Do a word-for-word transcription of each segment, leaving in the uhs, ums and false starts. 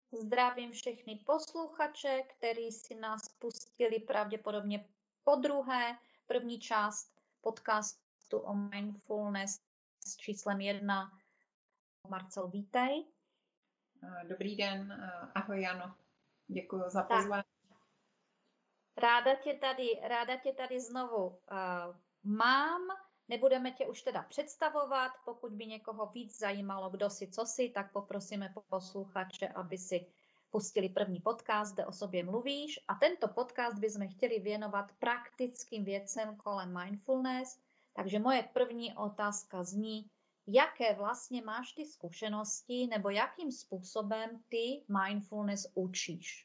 Zdravím všechny posluchače, kteří si nás pustili pravděpodobně podruhé. První část podcastu o mindfulness s číslem jedna. Marcel, vítej. Dobrý den, ahoj Jano, děkuji za pozvání. Ráda tě tady, ráda tě tady znovu uh, mám. Nebudeme tě už teda představovat, pokud by někoho víc zajímalo, kdo si, co si, tak poprosíme posluchače, aby si pustili první podcast, kde o sobě mluvíš. A tento podcast bychom chtěli věnovat praktickým věcem kolem mindfulness. Takže moje první otázka zní, jaké vlastně máš ty zkušenosti nebo jakým způsobem ty mindfulness učíš?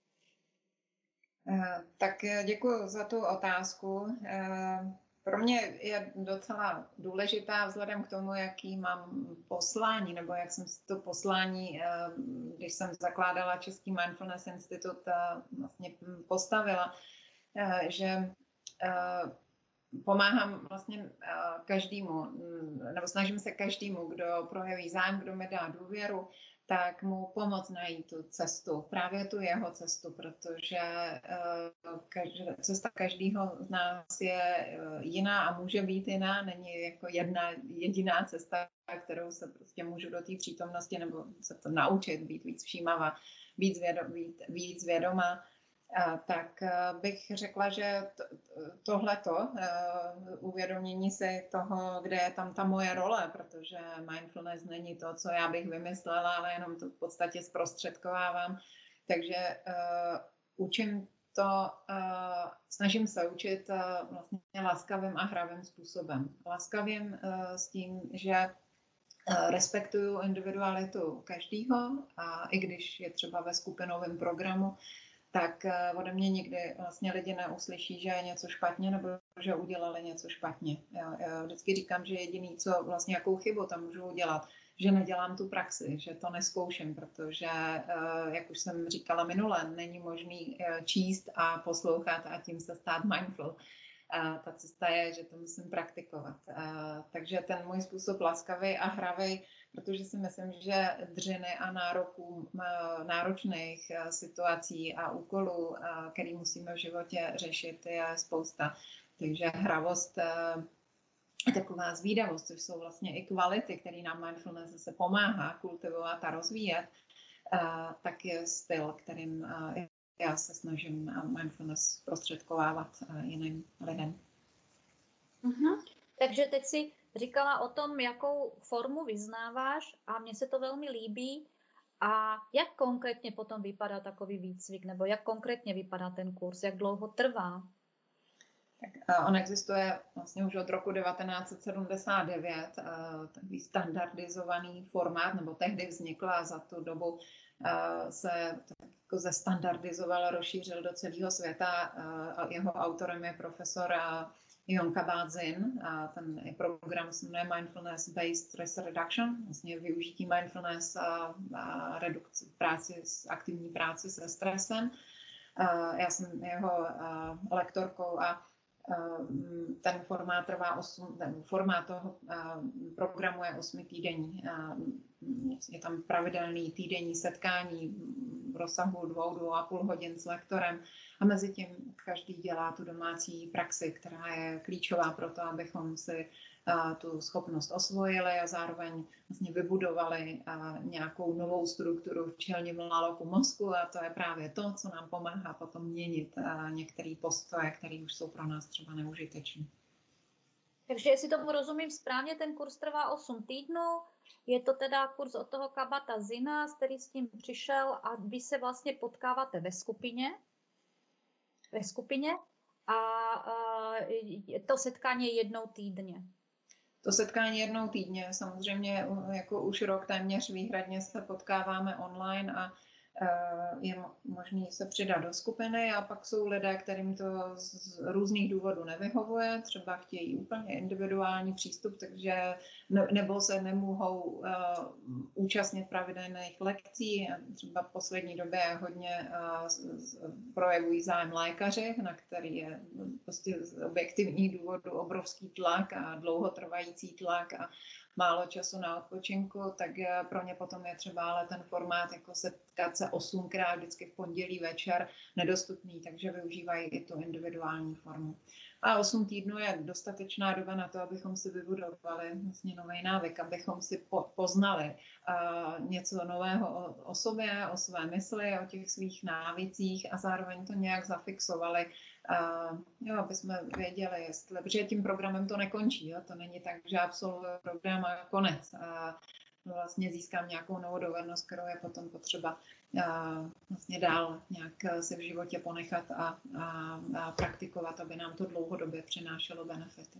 Tak děkuji za tu otázku. Pro mě je docela důležitá vzhledem k tomu, jaký mám poslání, nebo jak jsem si to poslání, když jsem zakládala Český Mindfulness Institut, vlastně postavila, že pomáhám vlastně každému, nebo snažím se každému, kdo projeví zájem, kdo mi dá důvěru, tak mu pomoct najít tu cestu, právě tu jeho cestu, protože každá, cesta každého z nás je jiná a může být jiná, není jako jedna jediná cesta, kterou se prostě můžu do té přítomnosti nebo se to naučit, být víc všímavá, víc, vědom, být, víc vědomá. Tak bych řekla, že tohleto, uvědomění si toho, kde je tam ta moje role, protože mindfulness není to, co já bych vymyslela, ale jenom to v podstatě zprostředkovávám. Takže uh, učím to, uh, snažím se učit uh, vlastně laskavým a hravým způsobem. Laskavým uh, s tím, že uh, respektuju individualitu každého, a i když je třeba ve skupinovém programu, tak ode mě nikdy vlastně lidi neuslyší, že je něco špatně nebo že udělali něco špatně. Já, já vždycky říkám, že jediný, co vlastně jakou chybu tam můžu udělat, že nedělám tu praxi, že to neskouším, protože, jak už jsem říkala minule, není možný číst a poslouchat a tím se stát mindful. Ta cesta je, že to musím praktikovat. Takže ten můj způsob laskavý a hravý, protože si myslím, že dřiny a nároků, náročných situací a úkolů, který musíme v životě řešit, je spousta. Takže hravost, taková zvídavost, což jsou vlastně i kvality, které nám mindfulness se pomáhá kultivovat a rozvíjet, tak je styl, kterým já se snažím mindfulness prostředkovávat jiným lidem. Uh-huh. Takže teď si říkala o tom, jakou formu vyznáváš a mně se to velmi líbí. A jak konkrétně potom vypadá takový výcvik, nebo jak konkrétně vypadá ten kurz, jak dlouho trvá? Tak on existuje vlastně už od roku devatenáct set sedmdesát devět, takový standardizovaný formát, nebo tehdy vznikl a za tu dobu se jako zestandardizoval, rozšířil do celého světa. A jeho autorem je profesor Jon Kabat-Zinn a ten program se jmenuje Mindfulness Based Stress Reduction, vlastně využití mindfulness a, a redukci práci, aktivní práci se stresem. Já jsem jeho lektorkou a ten formát trvá osm, ten formát toho programu je osmitýdenní. Je tam pravidelný týdenní setkání v rozsahu dvou, dvou a půl hodin s lektorem a mezi tím každý dělá tu domácí praxi, která je klíčová pro to, abychom si tu schopnost osvojili a zároveň vlastně vybudovali nějakou novou strukturu v čelním náloku mozku a to je právě to, co nám pomáhá potom měnit některé postoje, které už jsou pro nás třeba neužitečné. Takže jestli tomu rozumím správně, ten kurz trvá osm týdnů, je to teda kurz od toho Kabata-Zinna, který s tím přišel a vy se vlastně potkáváte ve skupině, ve skupině a, a to setkání je jednou týdně. To setkání jednou týdně, samozřejmě jako už rok téměř výhradně se potkáváme online a je možné se přidat do skupiny a pak jsou lidé, kterým to z různých důvodů nevyhovuje, třeba chtějí úplně individuální přístup, takže ne, nebo se nemohou uh, účastnit pravidelných lekcí. Třeba v poslední době hodně uh, projevují zájem lékaři, na který je prostě z objektivních důvodů obrovský tlak a dlouhotrvající tlak a málo času na odpočinku, tak pro ně potom je třeba ale ten formát jako setkat se osmkrát vždycky v pondělí večer nedostupný, takže využívají i tu individuální formu. A osm týdnů je dostatečná doba na to, abychom si vybudovali vlastně nový návyk, abychom si po, poznali uh, něco nového o, o sobě, o své mysli, o těch svých návycích a zároveň to nějak zafixovali, uh, jo, aby jsme věděli, jestli, protože tím programem to nekončí, jo, to není tak, že absolvuji program a konec. Uh, vlastně získám nějakou novou dovednost, kterou je potom potřeba uh, vlastně dál nějak si v životě ponechat a, a, a praktikovat, aby nám to dlouhodobě přinášelo benefity.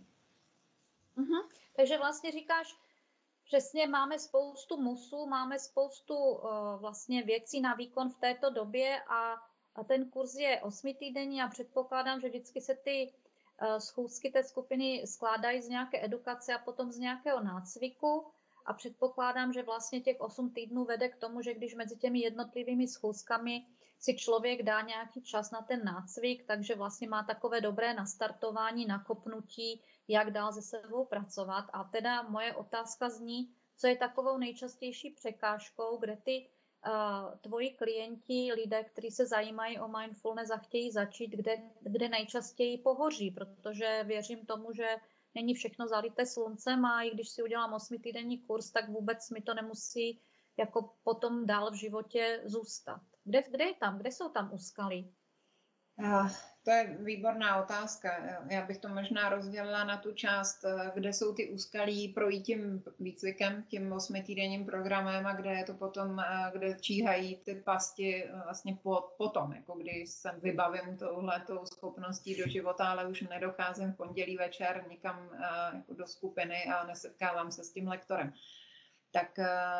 Uh-huh. Takže vlastně říkáš, přesně máme spoustu musů, máme spoustu uh, vlastně věcí na výkon v této době a, a ten kurz je osmitýdenní a předpokládám, že vždycky se ty uh, schůzky té skupiny skládají z nějaké edukace a potom z nějakého nácviku. A předpokládám, že vlastně těch osm týdnů vede k tomu, že když mezi těmi jednotlivými schůzkami si člověk dá nějaký čas na ten nácvik, takže vlastně má takové dobré nastartování, nakopnutí, jak dál se sebou pracovat. A teda moje otázka zní, co je takovou nejčastější překážkou, kde ty uh, tvoji klienti, lidé, kteří se zajímají o mindfulness a chtějí začít, kde, kde nejčastěji pohoří, protože věřím tomu, že není všechno zalité sluncem a i když si udělám osmitýdenní kurz, tak vůbec mi to nemusí jako potom dál v životě zůstat. Kde, kde je tam? Kde jsou tam úskalí? Uh, to je výborná otázka. Já bych to možná rozdělila na tu část, kde jsou ty úskalí projít tím výcvikem, tím osmitýdenním programem a kde je to potom, kde číhají ty pasti vlastně po, potom, jako když jsem vybavím touhletou schopností do života, ale už nedocházím v pondělí večer nikam jako do skupiny a nesetkávám se s tím lektorem. Tak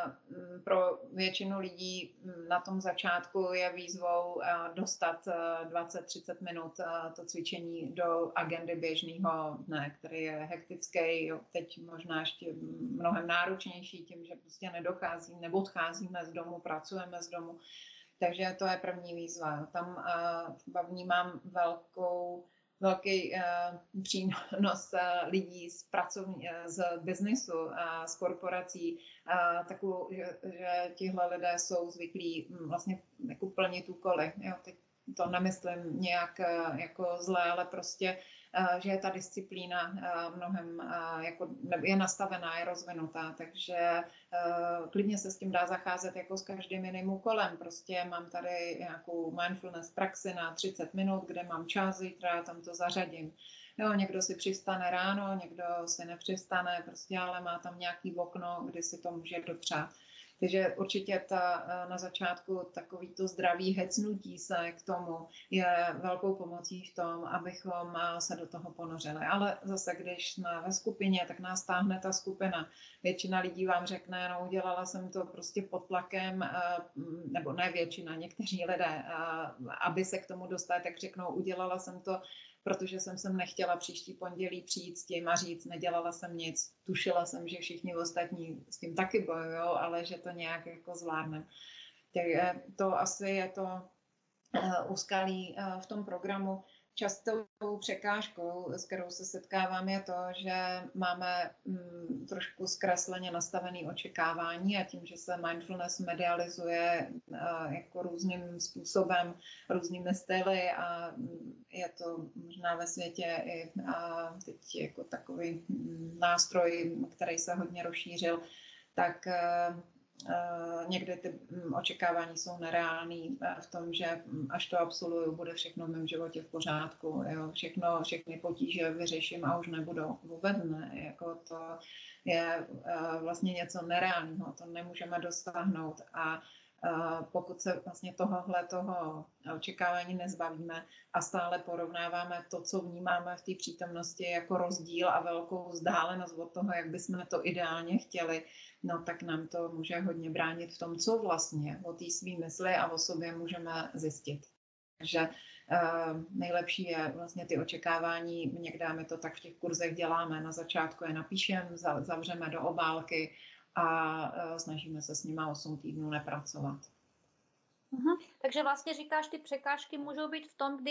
pro většinu lidí na tom začátku je výzvou dostat dvacet třicet minut to cvičení do agendy běžného dne, který je hektický, jo, teď možná ještě mnohem náročnější tím, že prostě nedocházím, nebo odcházíme z domu, pracujeme z domu. Takže to je první výzva. Tam vnímám velkou velký uh, přínos uh, lidí z pracovní, uh, z biznisu a uh, z korporací, uh, takovou, že, že tihle lidé jsou zvyklí um, vlastně jako plnit úkoly. Jo, teď to nemyslím nějak uh, jako zlé, ale prostě, uh, že je ta disciplína uh, mnohem uh, jako, je nastavená, je rozvinutá, takže uh, klidně se s tím dá zacházet jako s každým jiným úkolem. Prostě mám tady nějakou mindfulness praxi na třicet minut, kde mám čas, zítra tam to zařadím. Jo, někdo si přistane ráno, někdo si nepřistane, prostě, ale má tam nějaký okno, kdy si to může dopřát. Takže určitě ta, na začátku takový to zdravý hecnutí se k tomu je velkou pomocí v tom, abychom se do toho ponořili. Ale zase, když jsme ve skupině, tak nás táhne ta skupina. Většina lidí vám řekne, no udělala jsem to prostě pod tlakem, nebo ne většina, někteří lidé, aby se k tomu dostali, tak řeknou, udělala jsem to, protože jsem sem nechtěla příští pondělí přijít s tím a říct, nedělala jsem nic. Tušila jsem, že všichni ostatní s tím taky bojují, ale že to nějak jako zvládnem. Takže to asi je to uh, úskalí uh, v tom programu. Častou překážkou, s kterou se setkávám, je to, že máme mm, trošku zkresleně nastavené očekávání a tím, že se mindfulness medializuje uh, jako různým způsobem, různými styly a je to možná ve světě i uh, teď jako takový mm, nástroj, který se hodně rozšířil, tak uh, Uh, někdy ty um, očekávání jsou nereální v tom, že um, až to absolvuju, bude všechno v mém životě v pořádku, jo? Všechno, všechny potíže vyřeším a už nebudou. Vůbec ne, jako to je uh, vlastně něco nereálního, to nemůžeme dosáhnout a Uh, pokud se vlastně tohohle toho očekávání nezbavíme a stále porovnáváme to, co vnímáme v té přítomnosti jako rozdíl a velkou vzdálenost od toho, jak bychom to ideálně chtěli, no tak nám to může hodně bránit v tom, co vlastně o té svý mysli a o sobě můžeme zjistit. Takže uh, nejlepší je vlastně ty očekávání, někdy my to tak v těch kurzech děláme, na začátku je napíšeme, zavřeme do obálky, a snažíme se s nima osm týdnů nepracovat. Uh-huh. Takže vlastně říkáš, ty překážky můžou být v tom, kdy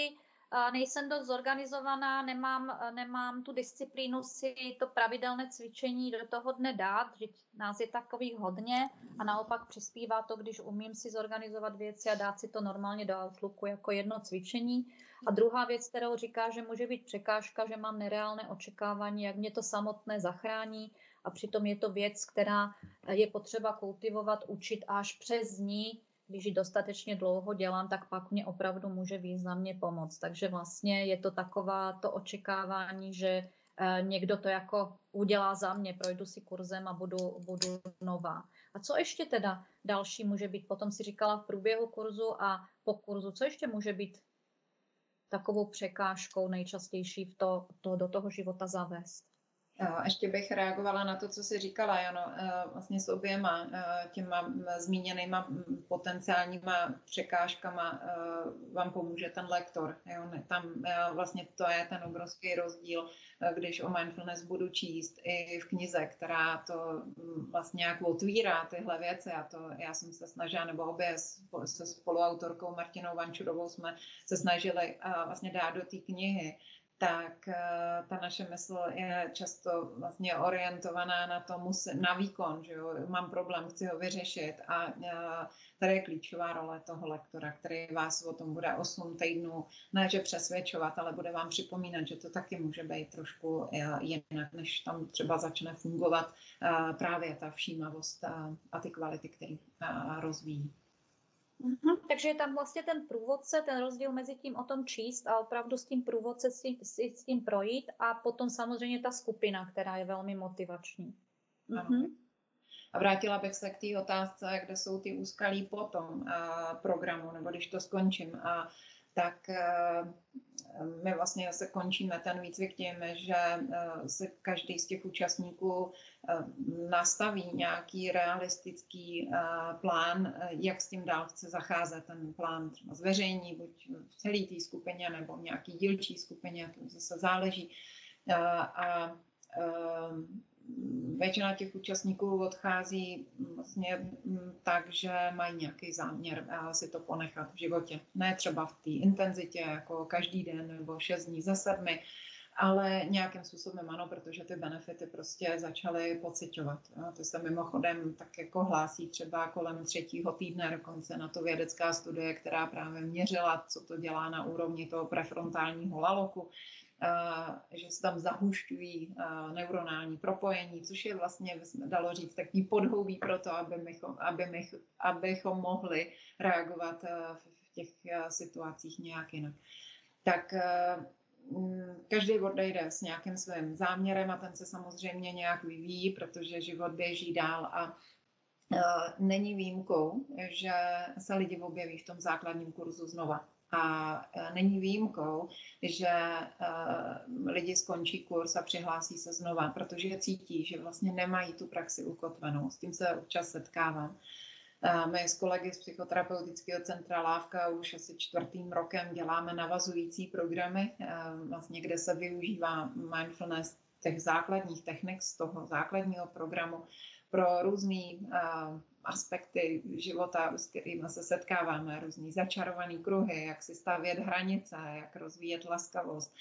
nejsem dost zorganizovaná, nemám, nemám tu disciplínu si to pravidelné cvičení do toho dne dát, že nás je takových hodně a naopak přispívá to, když umím si zorganizovat věci a dát si to normálně do Outlooku jako jedno cvičení. A druhá věc, kterou říká, že může být překážka, že mám nereálné očekávání, jak mě to samotné zachrání a přitom je to věc, která je potřeba kultivovat, učit až přes ní. Když ji dostatečně dlouho dělám, tak pak mě opravdu může významně pomoct. Takže vlastně je to taková to očekávání, že někdo to jako udělá za mě, projdu si kurzem a budu, budu nová. A co ještě teda další může být? Potom si říkala v průběhu kurzu a po kurzu, co ještě může být takovou překážkou nejčastější v to, to do toho života zavést? Ještě bych reagovala na to, co jsi říkala, Jano, vlastně s oběma těma zmíněnýma potenciálníma překážkama vám pomůže ten lektor. Jo? Tam vlastně to je ten obrovský rozdíl, když o mindfulness budu číst i v knize, která to vlastně jak otvírá tyhle věci. A to já jsem se snažila, nebo obě se spoluautorkou Martinou Vančurovou jsme se snažili vlastně dát do té knihy, tak ta naše mysl je často vlastně orientovaná na to, na výkon, že jo? Mám problém, chci ho vyřešit a tady je klíčová role toho lektora, který vás o tom bude osm týdnů, ne že přesvědčovat, ale bude vám připomínat, že to taky může být trošku jinak, než tam třeba začne fungovat právě ta všímavost a ty kvality, které rozvíjí. Uhum. Takže je tam vlastně ten průvodce, ten rozdíl mezi tím o tom číst a opravdu s tím průvodce si, si s tím projít a potom samozřejmě ta skupina, která je velmi motivační. Uhum. A vrátila bych se k té otázce, kde jsou ty úskalí po tom programu, nebo když to skončím. A tak my vlastně se končíme ten výcvik tím, že se každý z těch účastníků nastaví nějaký realistický plán, jak s tím dál chce zacházet. Ten plán třeba zveřejní, buď v celé té skupině, nebo v nějaký dílčí skupině, to zase záleží. A většina těch účastníků odchází vlastně tak, že mají nějaký záměr si to ponechat v životě. Ne třeba v té intenzitě, jako každý den nebo šest dní ze sedmi, ale nějakým způsobem ano, protože ty benefity prostě začaly pociťovat. To se mimochodem tak jako hlásí třeba kolem třetího týdne dokonce na to vědecká studie, která právě měřila, co to dělá na úrovni toho prefrontálního laloku, že se tam zahušťují neuronální propojení, což je vlastně, bychom dalo říct, takový podhoubí pro to, aby mychom, aby my, abychom mohli reagovat v těch situacích nějak jinak. Tak každý odejde s nějakým svým záměrem a ten se samozřejmě nějak vyvíjí, protože život běží dál a není výjimkou, že se lidi objeví v tom základním kurzu znova. A není výjimkou, že lidi skončí kurz a přihlásí se znova, protože cítí, že vlastně nemají tu praxi ukotvenou. S tím se občas setkávám. My s kolegy z Psychoterapeutického centra Lávka už asi čtvrtým rokem děláme navazující programy, vlastně, kde se využívá mindfulness těch základních technik z toho základního programu pro různé aspekty života, s kterými se setkáváme, různý začarovaný kruhy, jak si stavět hranice, jak rozvíjet laskavost,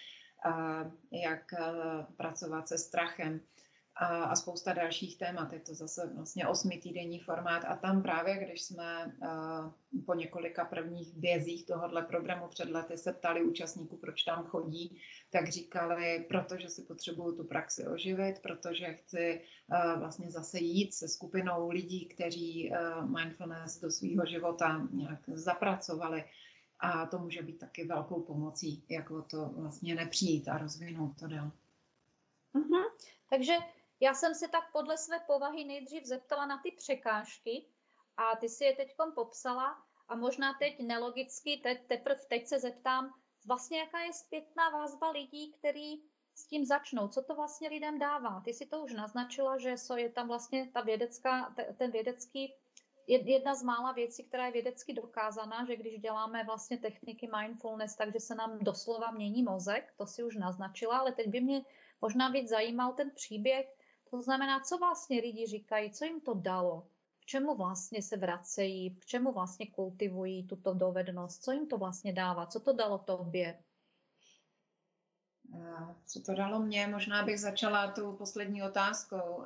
jak pracovat se strachem a spousta dalších témat. Je to zase vlastně osmitýdenní formát a tam právě, když jsme po několika prvních bězích tohohle programu před lety se ptali účastníků, proč tam chodí, tak říkali, protože si potřebuju tu praxi oživit, protože chci vlastně zase jít se skupinou lidí, kteří mindfulness do svého života nějak zapracovali. A to může být taky velkou pomocí, jako to vlastně nepřijít a rozvinout to dál. Uh-huh. Takže já jsem se tak podle své povahy nejdřív zeptala na ty překážky a ty si je teď popsala a možná teď nelogicky, teď, teprve teď se zeptám, vlastně jaká je zpětná vazba lidí, kteří s tím začnou, co to vlastně lidem dává. Ty si to už naznačila, že je tam vlastně ta vědecká, ten vědecký, jedna z mála věcí, která je vědecky dokázaná, že když děláme vlastně techniky mindfulness, takže se nám doslova mění mozek, to si už naznačila, ale teď by mě možná víc zajímal ten příběh. To znamená, co vlastně lidi říkají, co jim to dalo, k čemu vlastně se vracejí, k čemu vlastně kultivují tuto dovednost, co jim to vlastně dává, co to dalo tobě? Co to dalo mě? Možná bych začala tou poslední otázkou.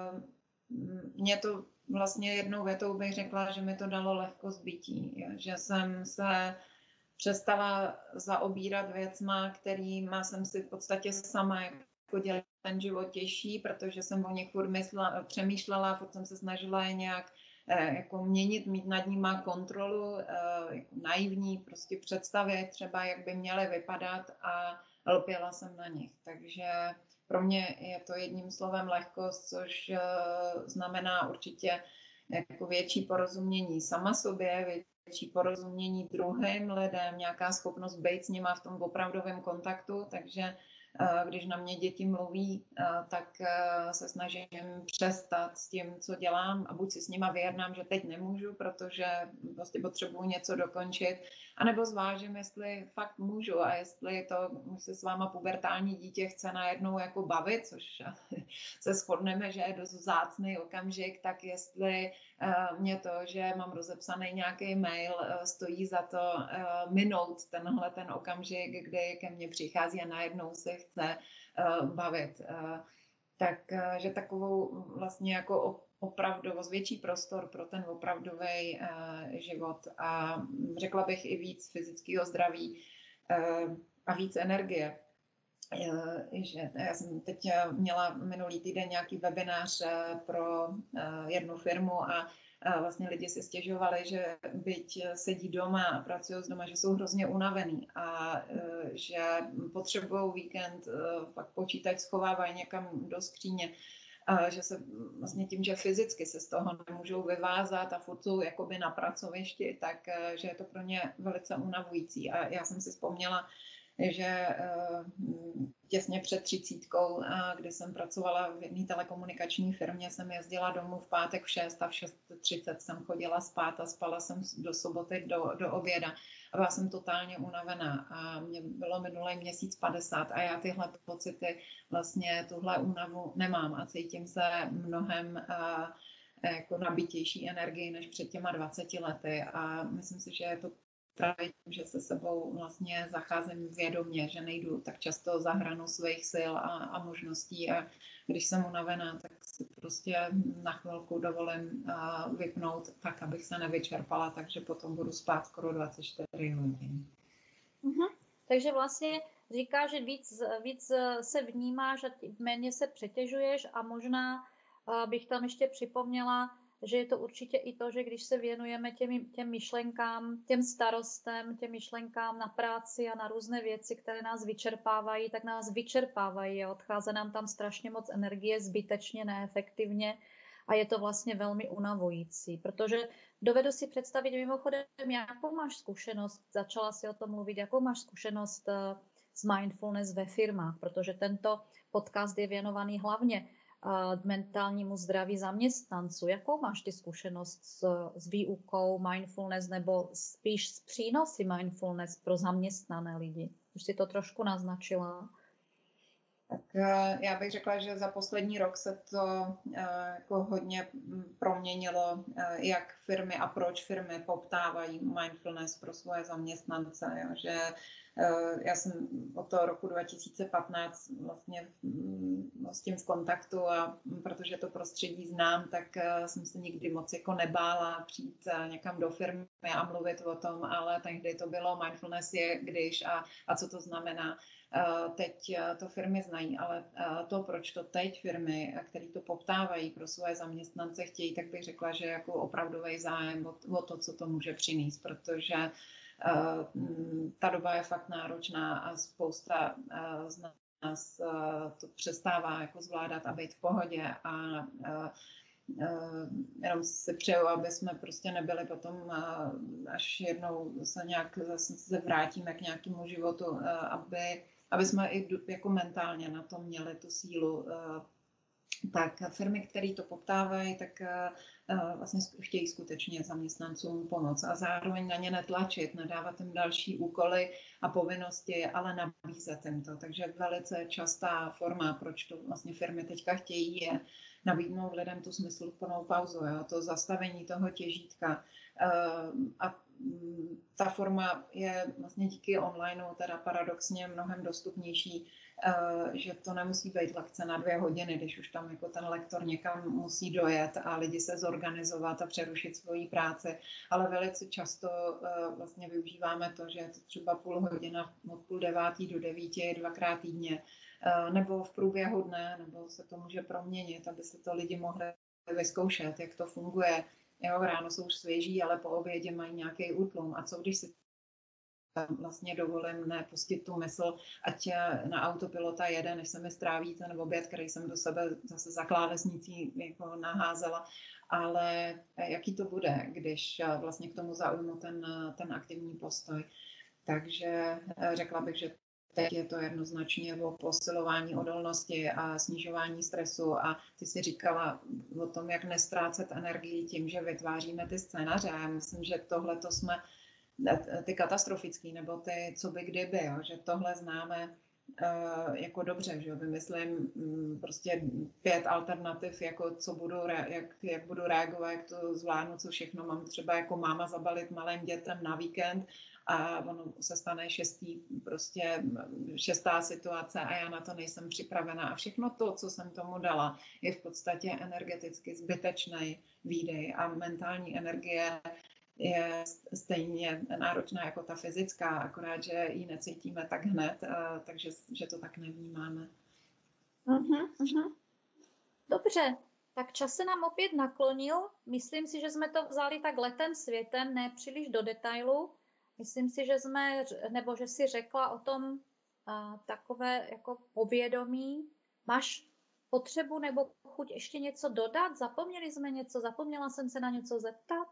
Mě to vlastně jednou větou bych řekla, že mi to dalo lehkost bytí, že jsem se přestala zaobírat věcma, kterýma jsem si v podstatě sama jako dělala ten život těžší, protože jsem o nich furt myslela, přemýšlela, furt jsem se snažila je nějak jako měnit, mít nad nima kontrolu, jako naivní prostě představy třeba, jak by měly vypadat a lpěla jsem na nich. Takže pro mě je to jedním slovem lehkost, což znamená určitě jako větší porozumění sama sobě, větší porozumění druhým lidem, nějaká schopnost být s nima v tom opravdovém kontaktu, takže když na mě děti mluví, tak se snažím přestat s tím, co dělám a buď si s nima vyjednám, že teď nemůžu, protože prostě potřebuji něco dokončit, anebo zvážím, jestli fakt můžu a jestli to už se s váma pubertální dítě chce najednou jako bavit, což se shodneme, že je dost vzácný okamžik, tak jestli mě to, že mám rozepsaný nějaký mail, stojí za to minout tenhle ten okamžik, kdy ke mně přichází a najednou se chce bavit. Takže takovou vlastně jako opravdovost, větší prostor pro ten opravdový život a řekla bych i víc fyzického zdraví a víc energie. Že já jsem teď měla minulý týden nějaký webinář pro jednu firmu a vlastně lidi si stěžovali, že byť sedí doma a pracují z doma, že jsou hrozně unavený a že potřebují víkend pak počítač schovávají někam do skříně, a že se vlastně tím, že fyzicky se z toho nemůžou vyvázat a furt jsou jakoby na pracovišti, tak že je to pro ně velice unavující. A já jsem si vzpomněla, že těsně před třicítkou, kdy jsem pracovala v jedné telekomunikační firmě, jsem jezdila domů v pátek v šest a v šest třicet jsem chodila spát a spala jsem do soboty do, do oběda. A byla jsem totálně unavená a mě bylo minulý měsíc padesát a já tyhle pocity, vlastně tuhle únavu nemám a cítím se mnohem jako nabitější energii než před těma dvaceti lety a myslím si, že je to právě tím, že se sebou vlastně zacházím vědomě, že nejdu tak často za hranu svých sil a, a možností a když jsem unavená, tak si prostě na chvilku dovolím uh, vypnout tak, abych se nevyčerpala, takže potom budu spát skoro dvacet čtyři hodin. Uh-huh. Takže vlastně říká, že víc, víc se vnímáš a méně se přetěžuješ a možná uh, bych tam ještě připomněla, že je to určitě i to, že když se věnujeme těm, těm myšlenkám, těm starostem, těm myšlenkám na práci a na různé věci, které nás vyčerpávají, tak nás vyčerpávají a odchází nám tam strašně moc energie, zbytečně, neefektivně a je to vlastně velmi unavující, protože dovedu si představit mimochodem, jakou máš zkušenost, začala si o tom mluvit, jakou máš zkušenost s mindfulness ve firmách, protože tento podcast je věnovaný hlavně mentálnímu zdraví zaměstnanců. Jakou máš ty zkušenost s, s výukou mindfulness nebo spíš s přínosy mindfulness pro zaměstnané lidi? Už si to trošku naznačila. Tak já bych řekla, že za poslední rok se to jako hodně proměnilo, jak firmy a proč firmy poptávají mindfulness pro svoje zaměstnance. Jo? Že já jsem od toho roku dva tisíce patnáct vlastně s tím v kontaktu a protože to prostředí znám, tak jsem se nikdy moc jako nebála přijít někam do firmy a mluvit o tom, ale tehdy to bylo mindfulness je když a, a co to znamená. Teď to firmy znají, ale to, proč to teď firmy, které to poptávají pro svoje zaměstnance chtějí, tak bych řekla, že jako opravdový zájem o, o to, co to může přinést, protože ta doba je fakt náročná a spousta z nás to přestává jako zvládat a být v pohodě a jenom si přeju, aby jsme prostě nebyli potom, až jednou se nějak zase vrátíme k nějakému životu, aby aby jsme i jako mentálně na to měli tu sílu. Tak firmy, které to poptávají, tak vlastně chtějí skutečně zaměstnancům pomoct a zároveň na ně netlačit, nedávat jim další úkoly a povinnosti, ale nabízet jim to. Takže velice častá forma, proč to vlastně firmy teďka chtějí, je nabídnout lidem tu smysluplnou pauzu, jo? To zastavení toho těžítka a ta forma je vlastně díky onlineu teda paradoxně mnohem dostupnější, že to nemusí být lekce na dvě hodiny, když už tam jako ten lektor někam musí dojet a lidi se zorganizovat a přerušit svoji práci, ale velice často vlastně využíváme to, že je to třeba půl hodina od půl devátý do devíti dvakrát týdně, nebo v průběhu dne, nebo se to může proměnit, aby se to lidi mohli vyzkoušet, jak to funguje. Jo, ráno jsou už svěží, ale po obědě mají nějaký útlum. A co když si vlastně dovolím nepustit tu mysl, ať na autopilota jede, než se mi stráví ten oběd, který jsem do sebe zase za klávesnicí jako naházela. Ale jaký to bude, když vlastně k tomu zaujmu ten, ten aktivní postoj. Takže řekla bych, že teď je to jednoznačně o posilování odolnosti a snižování stresu a ty si říkala o tom, jak nestrácet energii tím, že vytváříme ty scénáře. Já myslím, že tohle to jsme, ty katastrofický nebo ty co by kdyby, jo, že tohle známe uh, jako dobře, že vymyslím um, prostě pět alternativ, jako co budu, jak, jak budu reagovat, jak to zvládnu, co všechno mám třeba jako máma zabalit malým dětem na víkend, a ono se stane šestý, prostě šestá situace a já na to nejsem připravená. A všechno to, co jsem tomu dala, je v podstatě energeticky zbytečný výdej a mentální energie je stejně náročná jako ta fyzická, akorát, že ji necítíme tak hned, takže že to tak nevnímáme. Uh-huh, uh-huh. Dobře, tak čas se nám opět naklonil. Myslím si, že jsme to vzali tak letem světem, ne příliš do detailu. Myslím si, že jsme, nebo že jsi řekla o tom a, takové jako povědomí. Máš potřebu nebo chuť ještě něco dodat? Zapomněli jsme něco? Zapomněla jsem se na něco zeptat?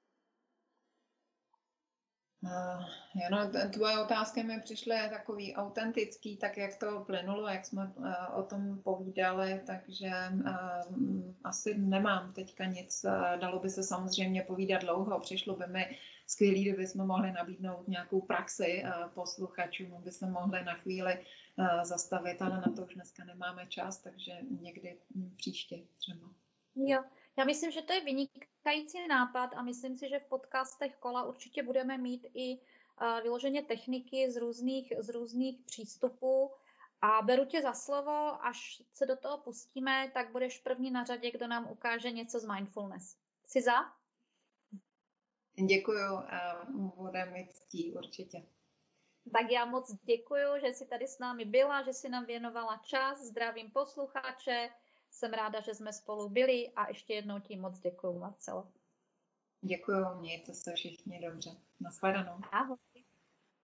Uh, no, tvoje otázky mi přišly takový autentický, tak jak to plynulo, jak jsme uh, o tom povídali, takže uh, asi nemám teďka nic. Uh, dalo by se samozřejmě povídat dlouho, přišlo by mi skvělý, kdyby jsme mohli nabídnout nějakou praxi uh, posluchačům, aby se mohli na chvíli uh, zastavit, ale na to už dneska nemáme čas, takže někdy příště třeba. Jo. Já myslím, že to je vynikající nápad a myslím si, že v podcastech Kola určitě budeme mít i uh, vyloženě techniky z různých, z různých přístupů a beru tě za slovo, až se do toho pustíme, tak budeš první na řadě, kdo nám ukáže něco z mindfulness. Jsi za? Děkuju a bude mi ctí určitě. Tak já moc děkuju, že jsi tady s námi byla, že jsi nám věnovala čas, zdravím posluchače. Jsem ráda, že jsme spolu byli a ještě jednou ti moc děkuju, Marcelo. Děkuju, mějte se všichni dobře. Nashledanou. Ahoj.